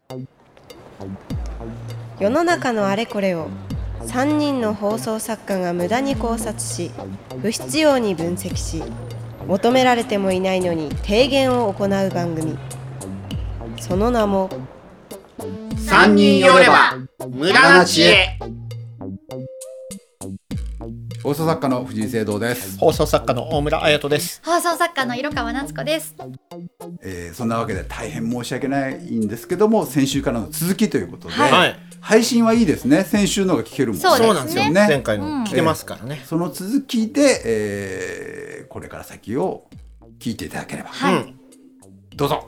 世の中のあれこれを3人の放送作家が無駄に考察し、不必要に分析し、求められてもいないのに提言を行う番組。その名も 3人よれば無駄な知恵。 放送作家の藤井聖堂です。 放送作家の大村彩人です。 放送作家の色川夏子です。 そんなわけで大変申し訳ないんですけども、先週からの続きということで、 はい、 配信はいいですね。先週のが聞けるもんね。 そうなんですよね。 前回の聞けますからね。 その続きで、これから先を聞いていただければ、 はい、 どうぞ。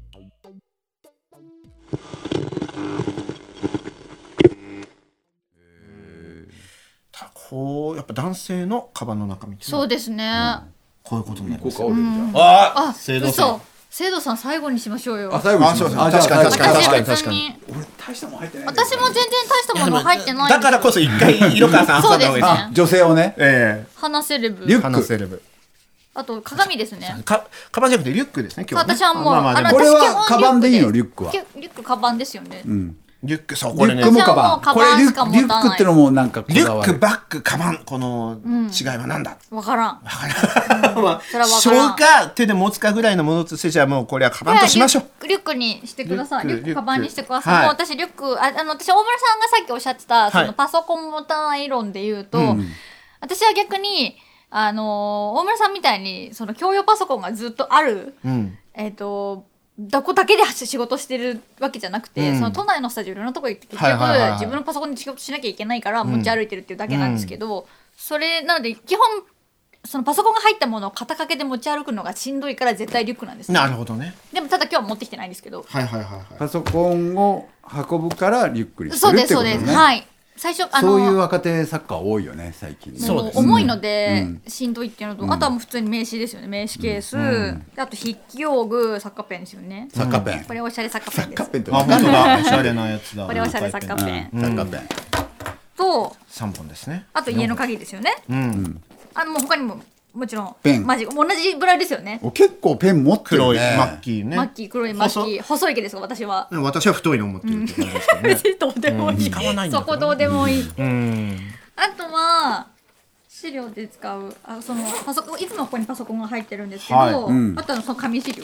こうやっぱ男性のカバンの中身。 そうですね、 こういうことになります。 あ、 聖堂さん。 聖堂さん最後にしましょうよ。 あ、最後にしましょう。 確かに私俺大したもん入ってない。 私も全然大したもの入ってない。 だからこそ一回色川さん挟んだ方がいいですね。 女性をね。 話せレブ。 リュック。 話せレブ。 あと鏡ですね。 カバンじゃなくてリュックですね。今日。 私はもうこれはカバンでいいの？リュックは。 リュックカバンですよね。 リュック、そう、これね。 リュックもカバン。これリュックってのもなんかこだわる。 リュック、バッグ、カバン、この違いは何だ？ わからん。 しょうか手で持つかぐらいのものとして、じゃあもうこれはカバンとしましょう。 リュックにしてください。リュックカバンにしてください。もう私リュック、私大村さんがさっきおっしゃってたそのパソコンボタンアイロンで言うと、私は逆に大村さんみたいにその共用パソコンがずっとある。どこだけで仕事してるわけじゃなくて、その都内のスタジオいろんなとこ行って結局自分のパソコンで仕事しなきゃいけないから持ち歩いてるっていうだけなんですけど、それなので基本そのパソコンが入ったものを肩掛けで持ち歩くのがしんどいから絶対リュックなんです、 なるほどね。 でもただ今日は持ってきてないんですけど、 パソコンを運ぶからリュックにするってことね。 そうです、はい。最初そういう若手作家多いよね最近ね。 そうです、重いのでしんどいっていうのと、あとはもう普通に名刺ですよね。名刺ケース、あと筆記用具、作家ペンですよね。 作家ペン、 これおしゃれ作家ペンです。 作家ペンって本当だ、おしゃれなやつだ。 これおしゃれ作家ペン、 作家ペンと 3本ですね。 あと家の鍵ですよね。もう他にももちろんペンマジ同じブラですよね。 結構ペン持ってるね。 黒いマッキーね。 マッキー、黒いマッキー、細い毛ですよ私は。 私は太いのを持ってるって感じですけどね。 どうでもいい。 使わないんだ。 そこどうでもいい。あとは資料で使うそのパソコン、いつもここにパソコンが入ってるんですけど、あとはその紙資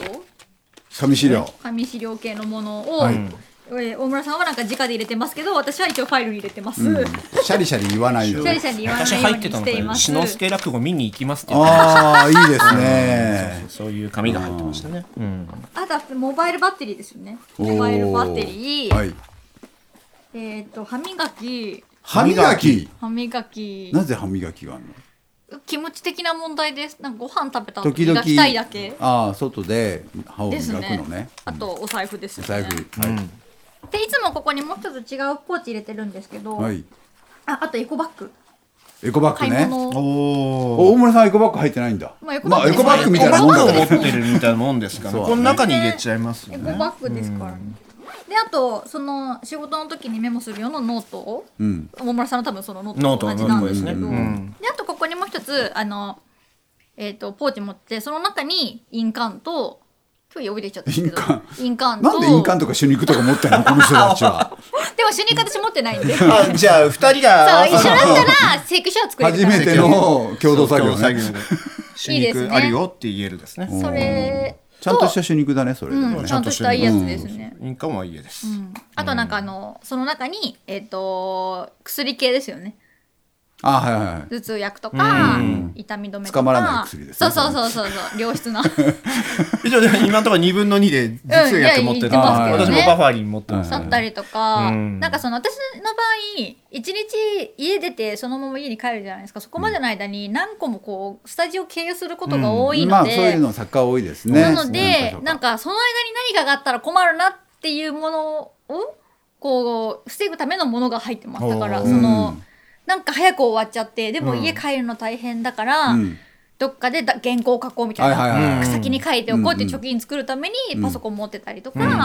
料系のものを、大村さんはなんか直で入れてますけど、私は一応ファイルに入れてます。 シャリシャリ言わないよ。 シャリシャリ言わないようにしています。 志の輔落語見に行きますって。 ああいいですね。 そういう紙が入ってましたね。 あとはモバイルバッテリーですよね。モバイルバッテリー。歯磨き。 歯磨き。なぜ歯磨きがあるの？ 気持ち的な問題です。なんかご飯食べた後に磨きたいだけ。 外で歯を磨くのね。 あとお財布ですよね。 お財布。 でいつもここにもう一つ違うポーチ入れてるんですけど、あとエコバッグ。 エコバッグね。大村さんエコバッグ入ってないんだ。エコバッグみたいなもんだ持ってるみたいなもんですから。この中に入れちゃいますよね。 エコバッグですから。であとその仕事の時にメモするようなノートを、大村さんの多分そのノートと同じなんですけど、であとここにもう一つポーチ持って、その中に印鑑と、今日呼び出ちゃったんですけど、印鑑となんで印鑑とか手肉とか持ってんのこの人たちは。 でも手肉私持ってないんで。 じゃあ2人がそう一緒だったら請求書を作れる。 初めての共同作業ね。 手肉あるよって言えるですね。 それちゃんとした手肉だねそれ。 ちゃんとしたいいやつですね。 印鑑は家です。 あとなんかその中に薬系ですよね。頭痛薬とか痛み止めとか、 捕まらない薬ですね。 そう良質な。 一応今のところ2分の2で頭痛薬持ってて、私もバファリン持ってます。 だったりとか、なんかその私の場合一日家出てそのまま家に帰るじゃないですか。そこまでの間に何個もこうスタジオ経由することが多いので、 そういうの作家多いですね。 なのでなんかその間に何かがあったら困るなっていうものをこう防ぐためのものが入ってます。だからそのなんか早く終わっちゃってでも家帰るの大変だから、どっかで原稿を書こうみたいな、先に書いておこうって貯金作るためにパソコン持ってたりとか、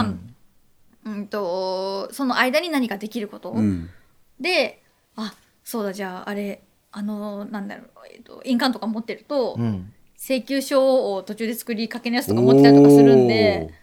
その間に何かできること、でそうだ、じゃああれなんだろう、印鑑とか持ってると、請求書を途中で作りかけのやつとか持ってたりとかするんで、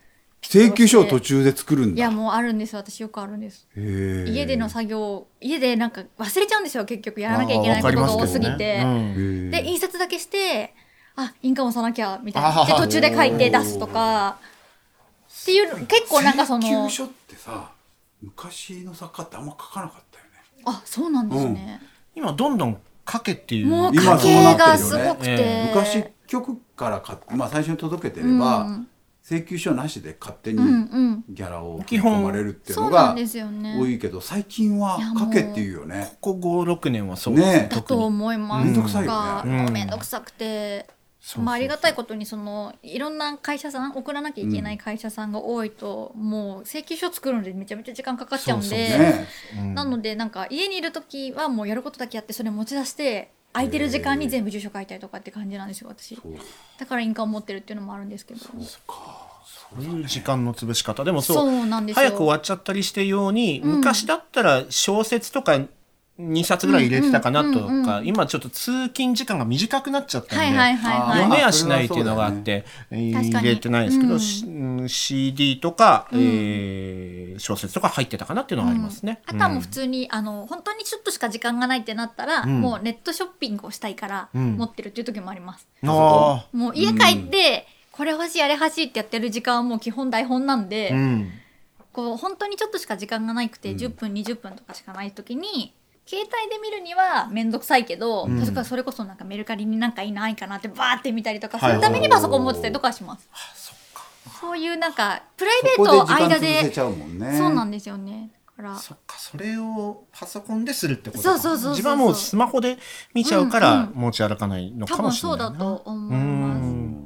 請求書を途中で作るんだ。 いやもうあるんですよ、私よくあるんです。家での作業、家でなんか忘れちゃうんですよ、結局やらなきゃいけないことが多すぎて、で印刷だけして印鑑押さなきゃみたいなで途中で書いて出すとかっていう、結構なんかその請求書ってさ、昔の作家ってあんま書かなかったよね。 そうなんですね。 今どんどん書けっていう、 もう書けがすごくて、 昔局から最初に届けてれば、請求書なしで勝手にギャラを振り込まれるっていうのが多いけど、最近は書けっていうよね。 ここ5、6年はそうだと思います。 めんどくさいよね。 めんどくさくて、ありがたいことにいろんな会社さん、送らなきゃいけない会社さんが多いと、もう請求書作るのでめちゃめちゃ時間かかっちゃうんで、なのでなんか家にいる時はもうやることだけやって、それ持ち出して空いてる時間に全部住所書いたりとかって感じなんですよ、私。だから印鑑を持ってるっていうのもあるんですけど。 そういう時間の潰し方でもそうなんですよ。 早く終わっちゃったりしてように、昔だったら小説とか2冊ぐらい入れてたかなとか、今ちょっと通勤時間が短くなっちゃったんで、読めやしないっていうのがあって入れてないですけど、CD とか小説とか入ってたかなっていうのがありますね。 あとはもう普通に本当にちょっとしか時間がないってなったら、もうネットショッピングをしたいから持ってるっていう時もあります。もう家帰ってこれ欲しいあれ欲しいってやってる時間はもう基本台本なんで、こう本当にちょっとしか時間がなくて10分20分とかしかない時に携帯で見るにはめんどくさいけど、確かそれこそなんかメルカリになんかいないかなってバーって見たりとかするためにパソコン持ってたりとかします。そういうなんかプライベートを間で、そうなんですよね。 それをパソコンでするってことか。自分はもうスマホで見ちゃうから持ち歩かないのかもしれないな。 多分そうだと思います。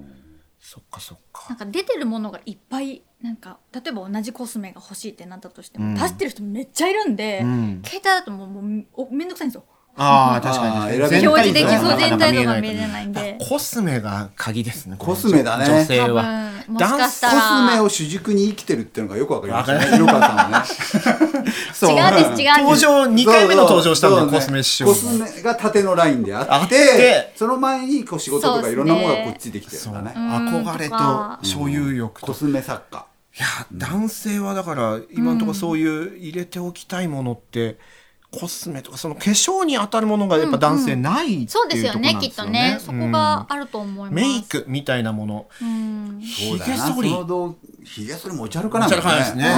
そっかそっか。 なんか出てるものがいっぱい、なんか例えば同じコスメが欲しいってなったとしても、出してる人めっちゃいるんで、携帯だともうめんどくさいんですよ。 確かに表示できそう、全体とか見れないんで。 コスメが鍵ですね。 コスメだね。 女性はもしかしたらコスメを主軸に生きてるっていうのがよくわかりましたね。色川さんはね。 違うんです。 登場2回目の登場したんで、コスメ師匠。 コスメが縦のラインであって、その前に仕事とかいろんなものがこっちできてるんだね。 憧れと所有欲とコスメ作家。 いや、男性はだから今のところそういう入れておきたいものってコスメとかその化粧に当たるものがやっぱ男性ないっていうところなんですよね。 そうですよね、きっとね。そこがあると思います。 メイクみたいなもの、 ひげ剃り持ち歩かないですね。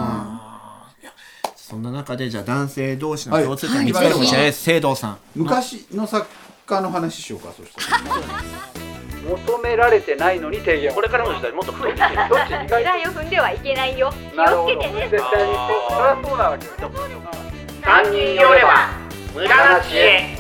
そんな中でじゃあ男性同士の共通点見つけるかもしれないです。聖堂さん、 昔の作家の話しようか。そしたら求められてないのに提言。 これからの時代もっと増えていける。 どっち2回台を踏んではいけないよ。気をつけてね。 絶対に。そりゃそうなわけよ。 3人寄れば無駄な知恵。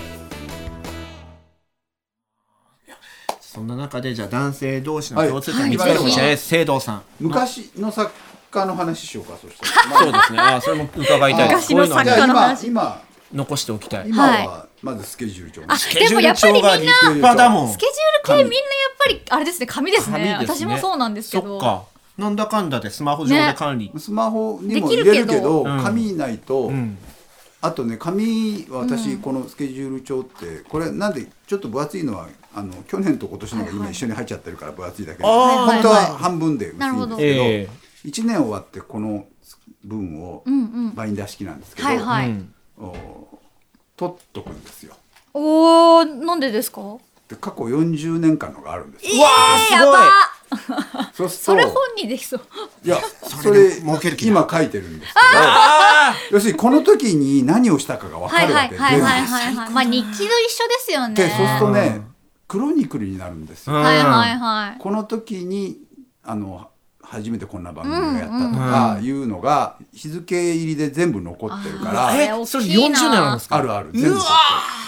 そんな中でじゃあ男性同士の共通点見つけるかもしれないです。聖堂さん、 昔の作家の話しようか。そしたらそうですね。それも伺いたいです。 昔の作家の話、 今残しておきたい。 今はまずスケジュール帳。 でもやっぱりみんな立派だもん。 スケジュール系みんなやっぱりあれですね、紙ですね。私もそうなんですけど。 そっか。なんだかんだでスマホ上で管理。 スマホにも入れるけど紙ないと。あとね、紙私このスケジュール帳ってこれなんでちょっと分厚いのは去年と今年のが今一緒に入っちゃってるから分厚いだけで、本当は半分で薄いんですけど、1年終わってこの分をバインダー式なんですけど取っとくんですよ。 なんでですか？ で過去40年間のがあるんですよ。 わー、すごい。 それ本にできそう。 いや、それ今書いてるんですけど、要するにこの時に何をしたかが分かるわけで、 まあ日記と一緒ですよね。 で、そうするとね、クロニクルになるんですよ。この時に初めてこんな番組をやったとかいうのが日付入りで全部残ってるから。 それ40年あるんですか？ あるある、全部残ってる。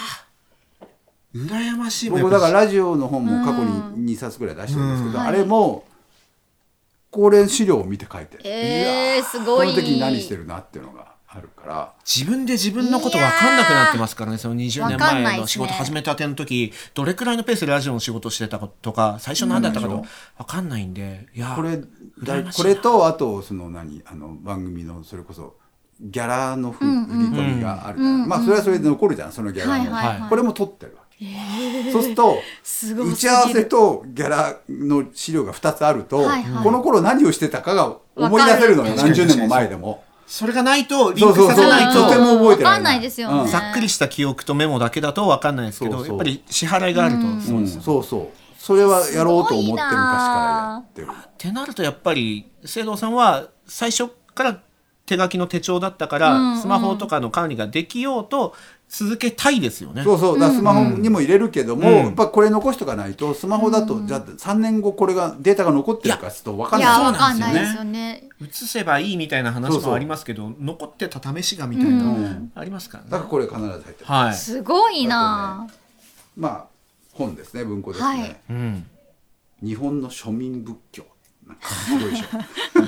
羨ましい。 僕だからラジオの本も過去に2冊ぐらい出してるんですけど、あれもこれ資料を見て書いてる。 すごい。 この時に何してるなっていうのがあるから、 自分で自分のこと分かんなくなってますからね。その20年前の仕事始めたての時どれくらいのペースでラジオの仕事してたかとか最初何だったかと分かんないんで、いやこれとあとその番組のそれこそギャラの振り込みがあるから、まあそれはそれで残るじゃん、そのギャラも。これも取ってるわけ。 そうするとすごい打ち合わせとギャラの資料が2つあると、 はいはいこの頃何をしてたかが思い出せるのよ、何十年も前でも。 それがないとリンクさせないととても覚えてない。 わかんないですよね。 ざっくりした記憶とメモだけだと分かんないですけど、 そうそうやっぱり支払いがあると、 そうそう。それはやろうと思って昔からやってる。 ってなるとやっぱり清藤さんは最初から手書きの手帳だったから、スマホとかの管理ができようと続けたいですよね。 そうそう、だからスマホにも入れるけども、やっぱこれ残しとかないと、スマホだとじゃあ3年後これがデータが残ってるかちょっと分かんない。 わかんないですよね。 移せばいいみたいな話もありますけど、残ってた試しがみたいなのありますからね。 だからこれ必ず入ってる。 はい。 すごいな。 まあ本ですね、文庫ですね。 はい日本の庶民仏教。なんかすごいでしょ。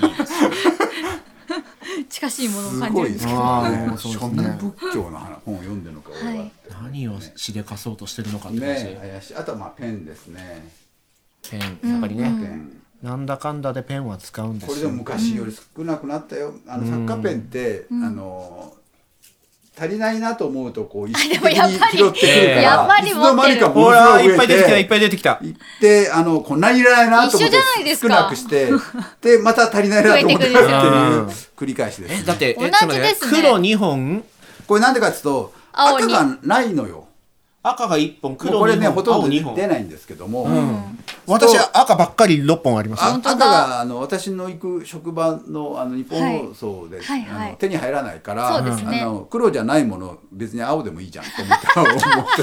近しいものをす感じるんですすごいでけど、 あーそうですね庶民仏教の本を読んでるのか俺はって。 何をしでかそうとしてるのかって感じ。 ね、怪しい。あとはまあペンですね。 ペンやっぱりね、 ペン。 なんだかんだでペンは使うんですよ。 これでも昔より少なくなったよ。作家ペンって足りないなと思うとこう意識的に拾ってくるかやっぱら、 り持ってるいつの間にかもほのすらいっぱごい増えい出てきたいってぱい出てきた。 いってこんなにいらないなと思っ一緒じゃないですかて少なくしてでまた足りないなと思って増えてくるっていう繰り返しです。 だって同じつまりですね黒2本これなんでかっていうと青に赤がないのよ。 赤が1本もう黒これね 2本ほとんど青2本。 出ないんですけども、 私は赤ばっかり6本ありますよ。 赤が私の行く職場の日本放送で、 はいはい手に入らないから、 そうですね黒じゃないもの別に青でもいいじゃんと思って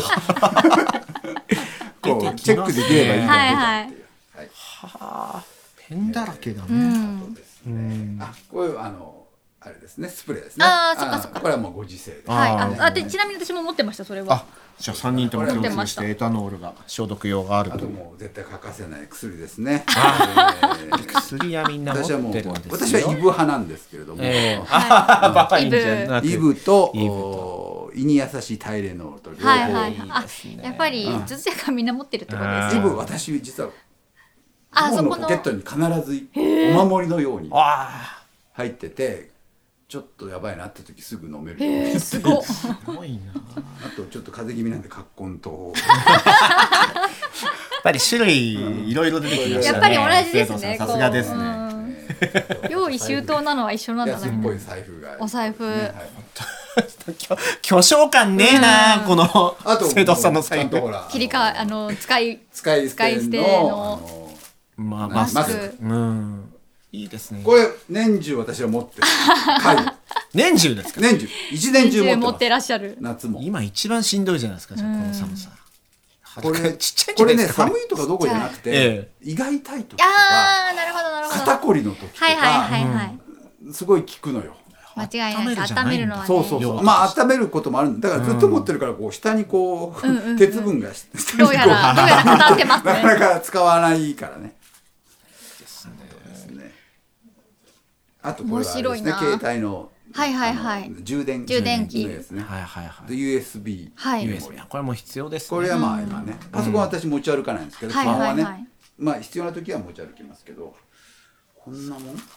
こうチェックできればいいだけだっていう。 ペンだらけだね。 こういうあれですね、スプレーですね。 あーそっかそっかこれはもうご時世で。 はい。でちなみに私も持ってましたそれはあ。じゃあ3人とも共通してエタノールが消毒用があるとあと。もう絶対欠かせない薬ですね。 薬はみんな持私はもうってるんですよ。 私はイブ派なんですけれども、 バカリンじゃなくイブとイブと胃に優しいタイレノールと両方。 はいはい。あ、やっぱり頭痛がみんな持ってるってことですね。 イブ私実はあ、 ズボンそこののポケットに必ずお守りのようにあ入ってて、ちょっとやばいなって時すぐ飲めるように。 すごい。 あすごいな。 あとちょっと風邪気味なんでカッコンと。 やっぱり種類いろいろ出てきましたね。 やっぱり同じですね。 生徒さんさすがですね。 用意周到なのは一緒なんだな。 安っぽい財布が。 お財布。 巨匠感ねえなこのあと生徒さんの財布。 ちゃんとほら切り替え使い使い捨てのまあマスク。 うんいいですね。 これ年中私は持ってる。 年中ですか。 年中一年中持持ってってます。 らっしゃる。 夏も。 今一番しんどいじゃないですか。じゃあこの寒さ。 これちっちゃいんじこれねゃないですか。 寒いとかどこじゃなくて胃が痛い時とかああ、なるほどなるほど。 肩こりの時とはいはいはいかはい。 すごい効くのよ。 間違いないです。 温めるじゃないんだ温めるのはね。 そうそうそう。まあ温めることもあるんだからずっと持ってるからこう下にこう鉄分が下にこうどうやらかかってますなかなね。 か使わないからね。ですね。あとこれはあれですね、 面白いな携帯のはいはいはい。 充電充電器のやつね。 はいはいはい。 で USB。 はい。 USB これも必要ですね。 これはまあ今ね、パソコンは私持ち歩かないんですけど、スはいマホははいはいね、まあ必要な時は持ち歩きますけど、こんなもん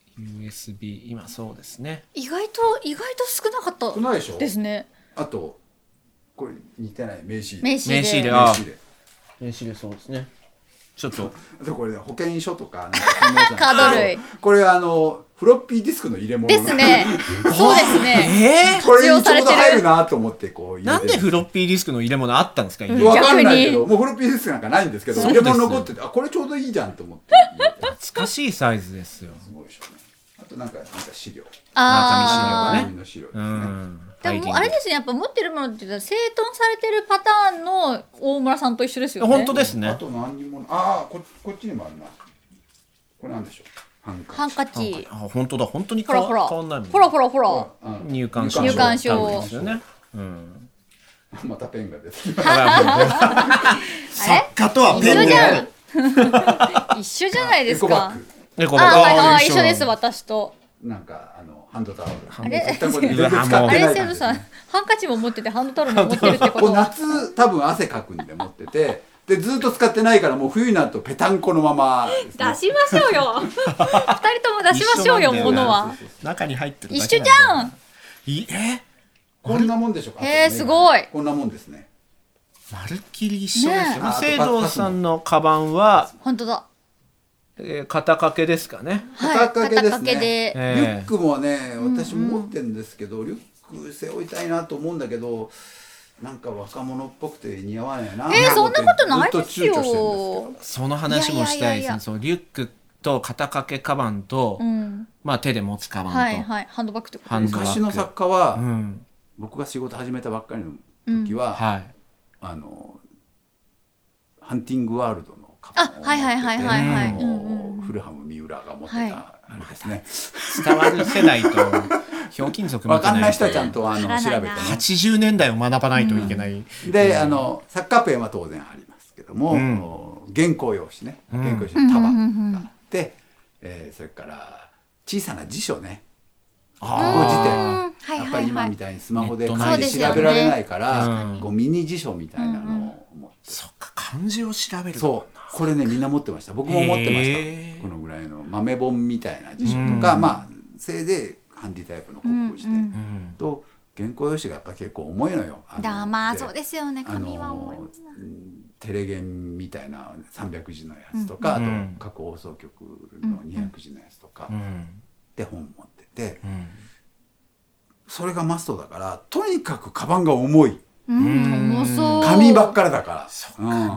USB 今そうですね。 意外と少なかった少ないでしょ。 ですね。 あとこれ似てない名刺入れ。 名刺で。 名刺入れ名刺入れ。 電子でそうですね。ちょっとあとこれね保険証とかなんかそんなやつなんですけどカード類。 これフロッピーディスクの入れ物ですね。そうですね。 これにちょう活用されてるど入るなと思ってこう入れてなんでフロッピーディスクの入れ物あったんですか。 わかんないけど逆もうフロッピーディスクなんかないんですけどそうです入れ物残っててこれちょうどいいじゃんと思って懐かしいサイズですよ。 すごいでしょうね。あとなんか資料ああ。 紙の資料ですうね。 ん。 でもあれですね、やっぱ持ってるものって言ったら整頓されてるパターンの大村さんと一緒ですよね。 本当ですね。 あと何にもこっちにもあるな。これなんでしょう。 ハンカチ。 あ本当だ本当にほらほら。 変わんないもん。 ほらほらほら。 入館証。 入館証多分ですよね。うん。 またペンが出てきました。 作家とはペン一緒じゃんで。 一緒じゃないですか。 ねこあ、一緒です私と。 なんかハンドタオル。 あれ絶対これ全然使ってあれないセドさん、ハンカチも持っててハンドタオルも持ってるってここうと。 夏多分汗かくんで持っててでずっと使ってないからもう冬になるとペタンコのままですね。 出しましょうよ。二人とも出しましょうよ一緒なんだよ物は。 中に入ってる一緒じだけなんだよ。 ゃん。 こんなもんでしょうか。 へーすごいこんなもんですね。 まるっきり一緒ですよ。聖堂さんのカバンは本当だ。 肩掛けですかね。 肩掛けですね。 リュックもね、私も持ってるんですけど、リュック背負いたいなと思うんだけど、なんか若者っぽくて似合わないな。 そんなことないですよ。 その話もしたいですね。そのリュックと肩掛けカバンと、まあ手で持つカバンと、 ハンドバッグとか。 昔の作家は、僕が仕事始めたばっかりの時は、ハンティングワールドのカバンを持ってて、フルハム三浦が持ってたあれですね。 伝わる世代とひょうきん族みたいな。 分かんない人はちゃんと調べてね。 80年代を学ばないといけない。 で、サッカーペンは当然ありますけども、原稿用紙ね、原稿用紙の束があって、それから小さな辞書ね。この時点やっぱり今みたいにスマホで漢字調べられないから、ミニ辞書みたいなのを持って。 そっか、漢字を調べる。 そう、これねみんな持ってました。僕も持ってました。このぐらいの豆本みたいな辞書とか、まあせいでハンディタイプの国語辞典と原稿用紙がやっぱ結構重いのよ。 まあそうですよね。紙は重い。 テレゲンみたいな300字のやつとか、あと各放送局の200字のやつとかで本持ってて、それがマストだからとにかくカバンが重い。 重そう。 紙ばっかりだから。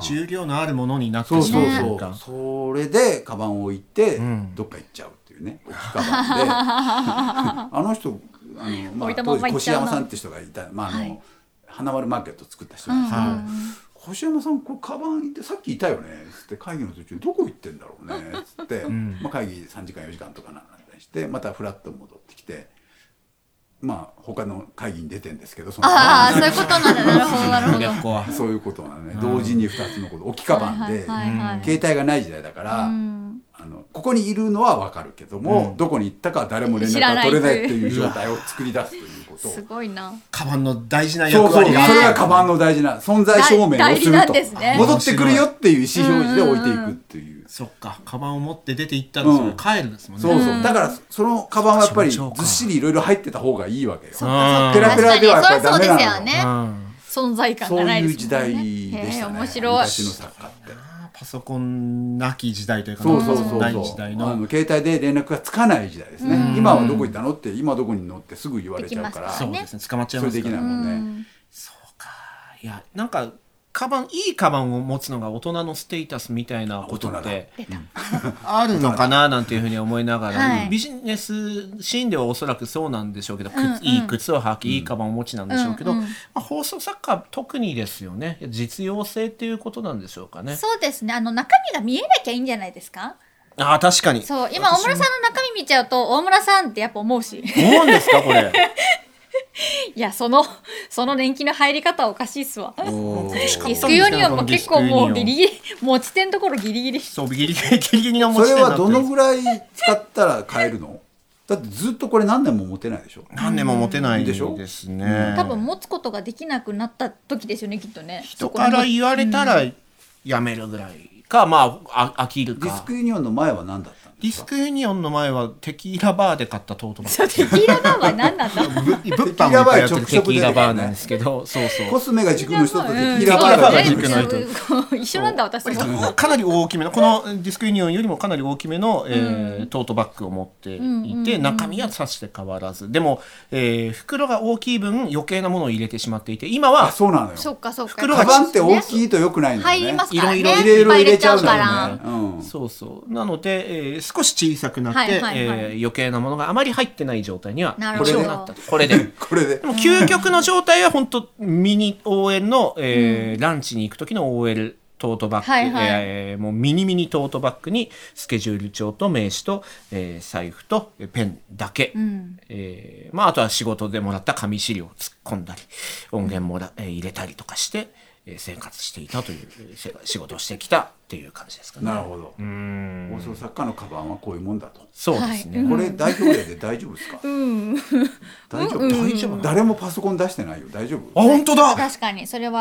重量のあるものになってしまうか。 それでカバンを置いてどっか行っちゃうっていうね、置きカバンで。あの人当時越山さんって人がいた、花丸マーケット作った人なんですけど、越山さんこれカバン行ってさっきいたよねっつって会議の途中どこ行ってんだろうねっつって会議3時間4時間とかなんだりしてまたフラッと戻ってきて。他の会議に出てんですけど、 そういうことなんだ。なるほどなるほど。そういうことなのね。同時に2つのこと、置きカバンで携帯がない時代だから、ここにいるのは分かるけども、どこに行ったかは誰も連絡が取れないっていう状態を作り出すということ。 すごいな。 カバンの大事な役割が。 それがカバンの大事な存在証明をすると、戻ってくるよっていう意思表示で置いていくっていう。 そっか、カバンを持って出て行ったらそれ帰るんですもんね。 そうだからそのカバンはやっぱりずっしりいろいろ入ってた方がいいわけよ。ペラペラではやっぱりダメなの。 存在感がないですもんね。そういう時代でしたね。面白い。昔の作家って。 パソコンなき時代というか、 ない時代の携帯で連絡がつかない時代ですね。今はどこ行ったのって今どこに乗ってすぐ言われちゃうから。 そうですね。捕まっちゃいますから。 それできないもんね。 そうか。いやなんか。いいカバンを持つのが大人のステータスみたいなことってあるのかななんていうふうに思いながら、ビジネスシーンではおそらくそうなんでしょうけど、いい靴を履きいいカバンをお持ちなんでしょうけど、放送作家は特にですよね。実用性っていうことなんでしょうかね。 そうですね。中身が見えなきゃいいんじゃないですか。 確かに。 そう今大村さんの中身見ちゃうと大村さんってやっぱ思うし。 思うんですかこれ。 いやその年季の入り方はおかしいっすわ。ディスクユニオンも結構もうギリギリ持ち点のところギリギリ。 そうギリギリの持ち点。 それはどのぐらい使ったら買えるの？だってずっとこれ何年も持てないでしょ。 何年も持てないでしょですね。 多分持つことができなくなった時ですよねきっとね。 人から言われたらやめるぐらいか、飽きるか。 ディスクユニオンの前は何だった？ ディスクユニオンの前はテキーラバーで買ったトートバッグ。 テキーラバーは何なんだ。 物販もいっぱいやってるテキーラバーなんですけど、 コスメが軸の人とテキーラバーが軸の人一緒なんだ私も。 かなり大きめのこのディスクユニオンよりもかなり大きめのトートバッグを持っていて、中身はさして変わらず、でも袋が大きい分余計なものを入れてしまっていて、今はそうなのよ。 そうか袋がカバンって大きいと良くないんだよね。 入りますからね。 いろいろ入れちゃうからね。 そうなので少し小さくなって余計なものがあまり入ってない状態にはなったと。これででも究極の状態は本当ミニ OL のランチに行く時の OL トートバッグ、もうミニトートバッグにスケジュール帳と名刺と財布とペンだけ、あとは仕事でもらった紙資料を突っ込んだり音源も入れたりとかして生活していたという仕事をしてきたっていう感じですかね。 なるほど。放送作家のカバンはこういうもんだと。 そうですね。 これ代表例で大丈夫ですか？大丈夫。誰もパソコン出してないよ。大丈夫？ 本当だ。 確かにそれは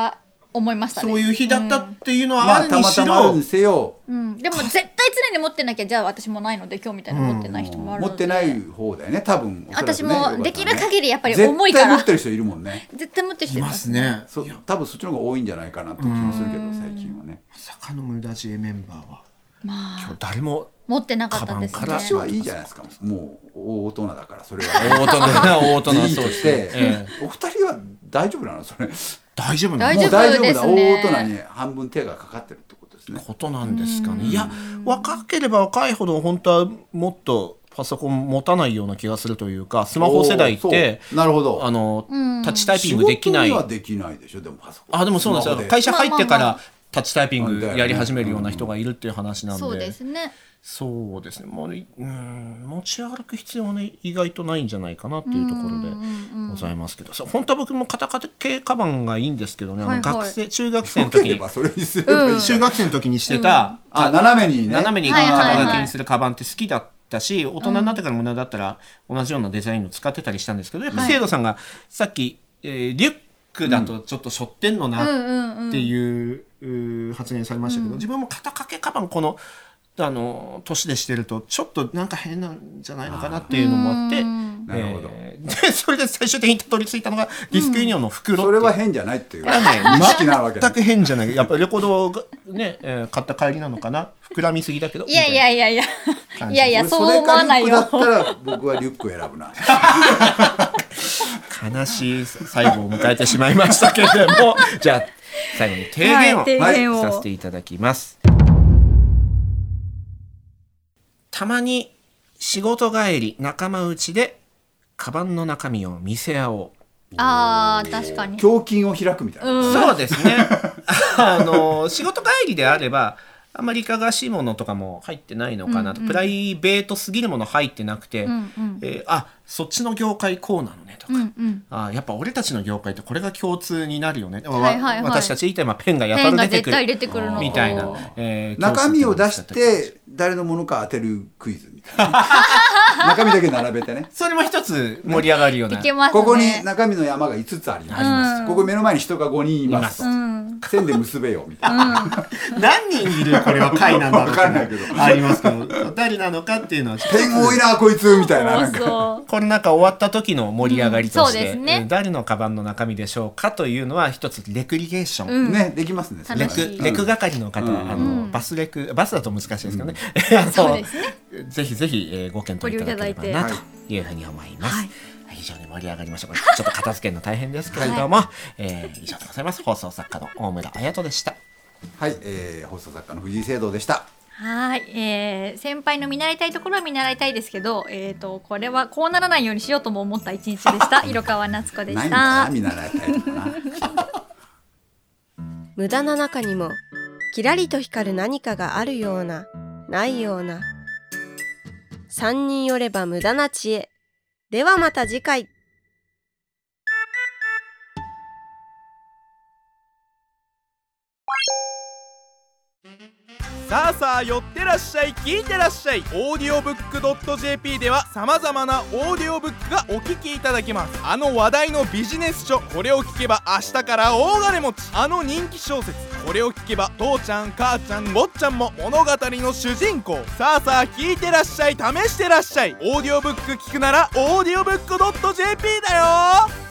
思いましたね。 そういう日だったっていうのはあるにしろ、 たまたまあるにせよ、 でも絶対常に持ってなきゃ、じゃあ私もないので今日みたいに持ってない人もあるので、 持ってない方だよね多分。 私もできる限りやっぱり重いから。 絶対持ってる人いるもんね。 絶対持ってる人いますね。 多分そっちの方が多いんじゃないかなって気もするけど最近はね。 まさかの無駄知恵メンバーは、 まあ、 今日誰も持ってなかったですね。 私はいいじゃないですか。もう大大人だからそれは大人いいとして、お二人は大丈夫なのそれ。 大丈夫なの？もう大丈夫ですね。 大大人に半分手がかかってるってことですね。 ことなんですかね。いや、若ければ若いほど本当はもっとパソコン持たないような気がするというか、スマホ世代ってなるほど、 タッチタイピングできない。 仕事にはできないでしょでもパソコン。 でもそうなんですよ。会社入ってからタッチタイピングやり始めるような人がいるっていう話なんで。 そうですね。 そうですね。もう持ち歩く必要はね意外とないんじゃないかなっていうところでございますけど、本当は僕も肩掛けカバンがいいんですけどね。中学生の時に中学生の時にしてた斜めに肩掛けにするカバンって好きだったし、大人になってから無駄だったら同じようなデザインを使ってたりしたんですけど、やっぱ生徒さんがさっきリュックだとちょっと背負ってんのなっていう発言されましたけど、自分も肩掛けカバンこの年でしてるとちょっとなんか変なんじゃないのかなっていうのもあって、 なるほど。 でそれで最終的にたどり着いたのがディスクユニオンの袋って、 それは変じゃないっていう意識なわけ。 全く変じゃない。やっぱりレコードがね、買った帰りなのかな。膨らみすぎだけど。 いやそう思わないよ。 だったら僕はリュックを選ぶな。 悲しい最後を迎えてしまいましたけれども、じゃあ最後に提言をさせていただきます。たまに仕事帰り仲間内でカバンの中身を見せ合おう。 確かに胸筋を開くみたいな。 そうですね。仕事帰りであればあんまりいかがわしいものとかも入ってないのかなと、プライベートすぎるもの入ってなくて、そっちの業界こうなのねとか、やっぱ俺たちの業界ってこれが共通になるよね、私たち言いたいペンがやたら出てくるみたいな、 中身を出して誰のものか当てるクイズみたいな。中身だけ並べてね。 それも一つ盛り上がるような。 ここに中身の山が5つあります。ここ目の前に人が5人います。線で結べよみたいな。 何人いるこれは会なんだろうってありますけど、誰なのかっていうのはペン多いなこいつみたいな。 この中終わった時の盛り上がりとして、誰のカバンの中身でしょうかというのは一つレクリゲーションね、できますね。 レク係の方、バスだと難しいですけどね。ぜひぜひご検討いただければなというふうに思います。非常に盛り上がりました。ちょっと片付けるの大変ですけれども、以上でございます。放送作家の大村彩人でした。 はい、放送作家の藤井聖堂でした。 はい、先輩の見習いたいところは見習いたいですけど、これはこうならないようにしようとも思った一日でした。色川夏子でした。 見習いたいとかな。 無駄な中にもキラリと光る何かがあるようなないような。三人よれば無駄な知恵。ではまた次回。 さあ寄ってらっしゃい、聞いてらっしゃい。オーディオブック .jp では様々なオーディオブックがお聞きいただけます。話題のビジネス書、これを聞けば明日から大金持ち。人気小説、これを聞けば父ちゃん母ちゃん坊ちゃんも物語の主人公。さあ聞いてらっしゃい、試してらっしゃい。オーディオブック聞くならオーディオブック .jp だよ。